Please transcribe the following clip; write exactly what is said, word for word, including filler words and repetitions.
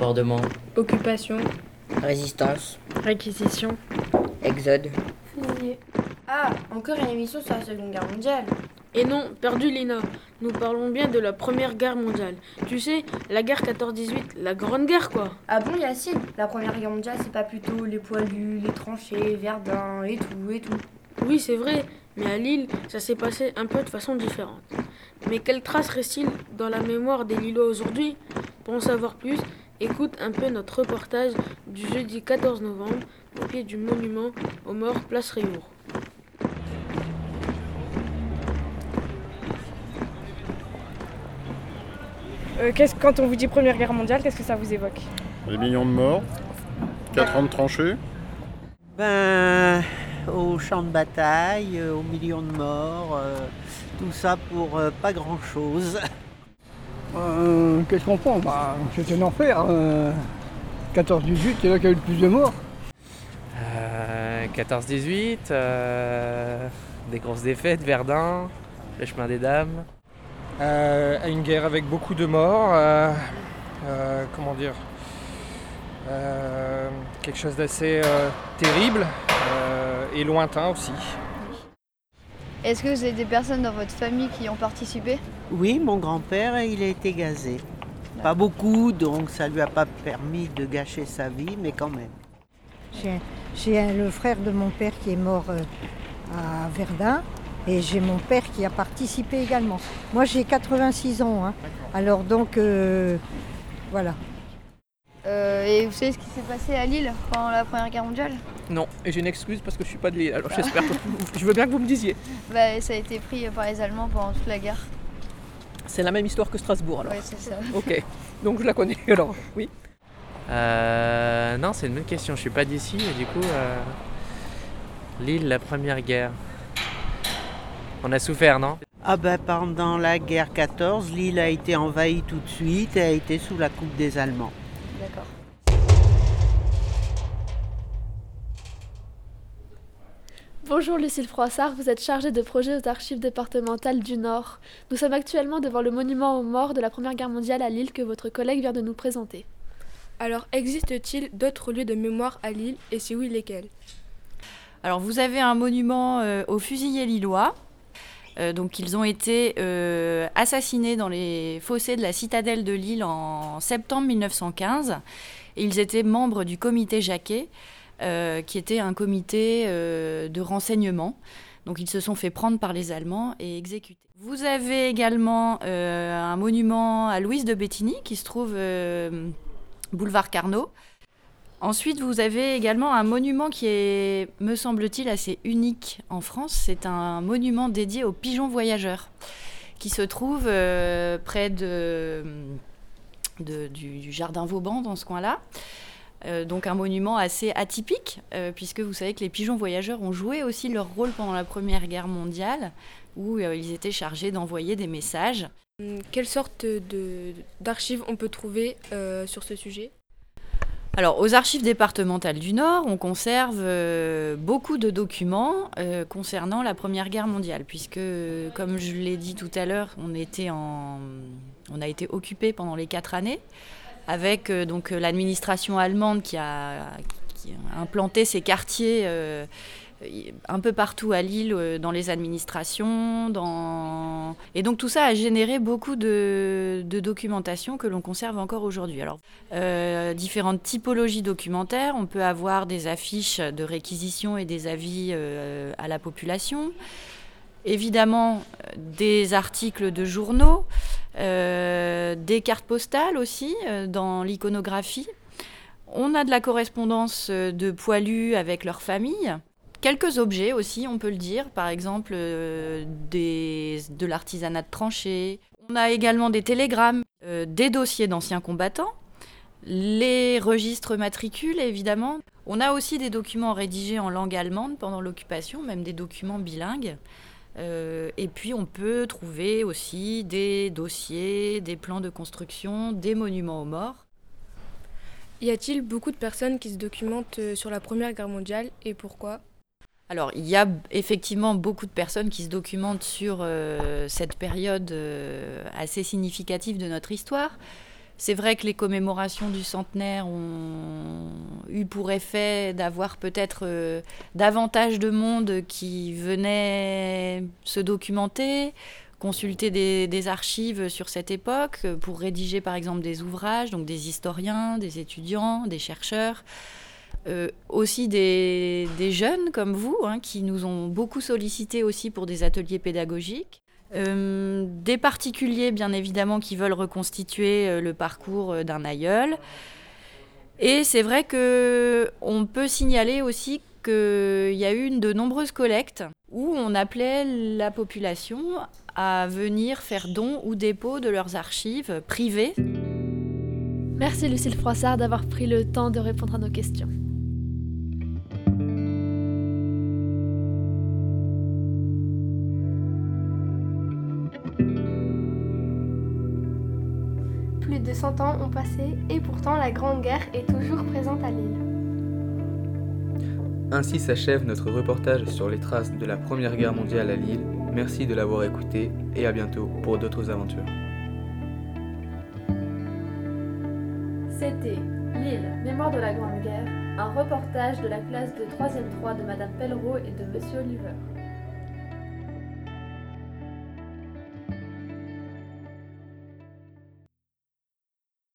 Bombardement. Occupation. Résistance. Réquisition. Exode. Fusillé. Ah, encore une émission sur la Seconde Guerre mondiale. Et non, perdu Lina, nous parlons bien de la Première Guerre mondiale. Tu sais, la guerre quatorze dix-huit, la Grande Guerre quoi. Ah bon Yacine, la Première Guerre mondiale c'est pas plutôt les poilus, les tranchées, Verdun et tout et tout. Oui c'est vrai, mais à Lille, ça s'est passé un peu de façon différente. Mais quelle trace reste-t-il dans la mémoire des Lillois aujourd'hui? Pour en savoir plus, écoute un peu notre reportage du jeudi quatorze novembre au pied du monument aux morts place Rémour. Euh, qu'est-ce, quand on vous dit Première Guerre mondiale, qu'est-ce que ça vous évoque? Des millions de morts, quatre ans de tranchées. Ben, au champ de bataille, euh, aux millions de morts, euh, tout ça pour euh, pas grand-chose. Euh, qu'est-ce qu'on prend? Bah, c'était un enfer. Euh, quatorze dix-huit, c'est là qu'il y a eu le plus de morts. Euh, quatorze dix-huit, euh, des grosses défaites, Verdun, le chemin des dames. Euh, une guerre avec beaucoup de morts, euh, euh, comment dire, euh, quelque chose d'assez euh, terrible euh, et lointain aussi. Est-ce que vous avez des personnes dans votre famille qui ont participé? Oui, mon grand-père, il a été gazé. Pas beaucoup, donc ça lui a pas permis de gâcher sa vie, mais quand même. J'ai, j'ai le frère de mon père qui est mort euh, à Verdun. Et j'ai mon père qui a participé également. Moi, j'ai quatre-vingt-six ans, hein. Alors donc, euh, voilà. Euh, et vous savez ce qui s'est passé à Lille pendant la Première Guerre mondiale? Non, et j'ai une excuse parce que je suis pas de Lille, alors j'espère que je veux bien que vous me disiez. Bah, ça a été pris par les Allemands pendant toute la guerre. C'est la même histoire que Strasbourg alors? Oui, c'est ça. Ok, donc je la connais alors, oui. Euh, non, c'est une bonne question, je suis pas d'ici, et du coup, euh, Lille, la Première Guerre. On a souffert, non? Ah ben pendant la guerre quatorze, l'île a été envahie tout de suite et a été sous la coupe des Allemands. D'accord. Bonjour Lucille Froissart, vous êtes chargée de projet aux archives départementales du Nord. Nous sommes actuellement devant le monument aux morts de la Première Guerre mondiale à Lille que votre collègue vient de nous présenter. Alors, existe-t-il d'autres lieux de mémoire à Lille et si oui, lesquels? Alors, vous avez un monument euh, aux fusillés lillois. Euh, donc ils ont été euh, assassinés dans les fossés de la citadelle de Lille en septembre mille neuf cent quinze. Et ils étaient membres du comité Jacquet, euh, qui était un comité euh, de renseignement. Donc ils se sont fait prendre par les Allemands et exécutés. Vous avez également euh, un monument à Louise de Béthigny qui se trouve euh, boulevard Carnot. Ensuite, vous avez également un monument qui est, me semble-t-il, assez unique en France. C'est un monument dédié aux pigeons voyageurs qui se trouve euh, près de, de, du, du jardin Vauban, dans ce coin-là. Euh, donc un monument assez atypique, euh, puisque vous savez que les pigeons voyageurs ont joué aussi leur rôle pendant la Première Guerre mondiale, où euh, ils étaient chargés d'envoyer des messages. Quelle sorte de, d'archives on peut trouver euh, sur ce sujet ? Alors, aux archives départementales du Nord, on conserve euh, beaucoup de documents euh, concernant la Première Guerre mondiale, puisque, comme je l'ai dit tout à l'heure, on, était en, on a été occupé pendant les quatre années, avec euh, donc, l'administration allemande qui a, qui a implanté ses quartiers euh, un peu partout à Lille, euh, dans les administrations. Dans... Et donc tout ça a généré beaucoup de, de documentation que l'on conserve encore aujourd'hui. Alors, euh, différentes typologies documentaires. On peut avoir des affiches de réquisition et des avis euh, à la population. Évidemment, des articles de journaux, euh, des cartes postales aussi euh, dans l'iconographie. On a de la correspondance de poilus avec leurs familles. Quelques objets aussi, on peut le dire, par exemple euh, des, de l'artisanat de tranchées. On a également des télégrammes, euh, des dossiers d'anciens combattants, les registres matricules évidemment. On a aussi des documents rédigés en langue allemande pendant l'occupation, même des documents bilingues. Euh, et puis on peut trouver aussi des dossiers, des plans de construction, des monuments aux morts. Y a-t-il beaucoup de personnes qui se documentent sur la Première Guerre mondiale et pourquoi ? Alors, il y a effectivement beaucoup de personnes qui se documentent sur euh, cette période euh, assez significative de notre histoire, C'est vrai que les commémorations du centenaire ont eu pour effet d'avoir peut-être euh, davantage de monde qui venait se documenter, consulter des, des archives sur cette époque pour rédiger par exemple des ouvrages, donc des historiens, des étudiants, des chercheurs, euh, aussi des, des jeunes comme vous hein, qui nous ont beaucoup sollicités aussi pour des ateliers pédagogiques. Euh, des particuliers, bien évidemment, qui veulent reconstituer euh, le parcours euh, d'un aïeul. Et c'est vrai qu'on peut signaler aussi qu'il y a eu de nombreuses collectes où on appelait la population à venir faire don ou dépôt de leurs archives privées. Merci Lucille Froissart d'avoir pris le temps de répondre à nos questions. Plus de cent ans ont passé et pourtant la Grande Guerre est toujours présente à l'île. Ainsi s'achève notre reportage sur les traces de la Première Guerre mondiale à Lille. Merci de l'avoir écouté et à bientôt pour d'autres aventures. C'était L'île, mémoire de la Grande Guerre, un reportage de la classe de troisième trois de Madame Pellereau et de Monsieur Oliver.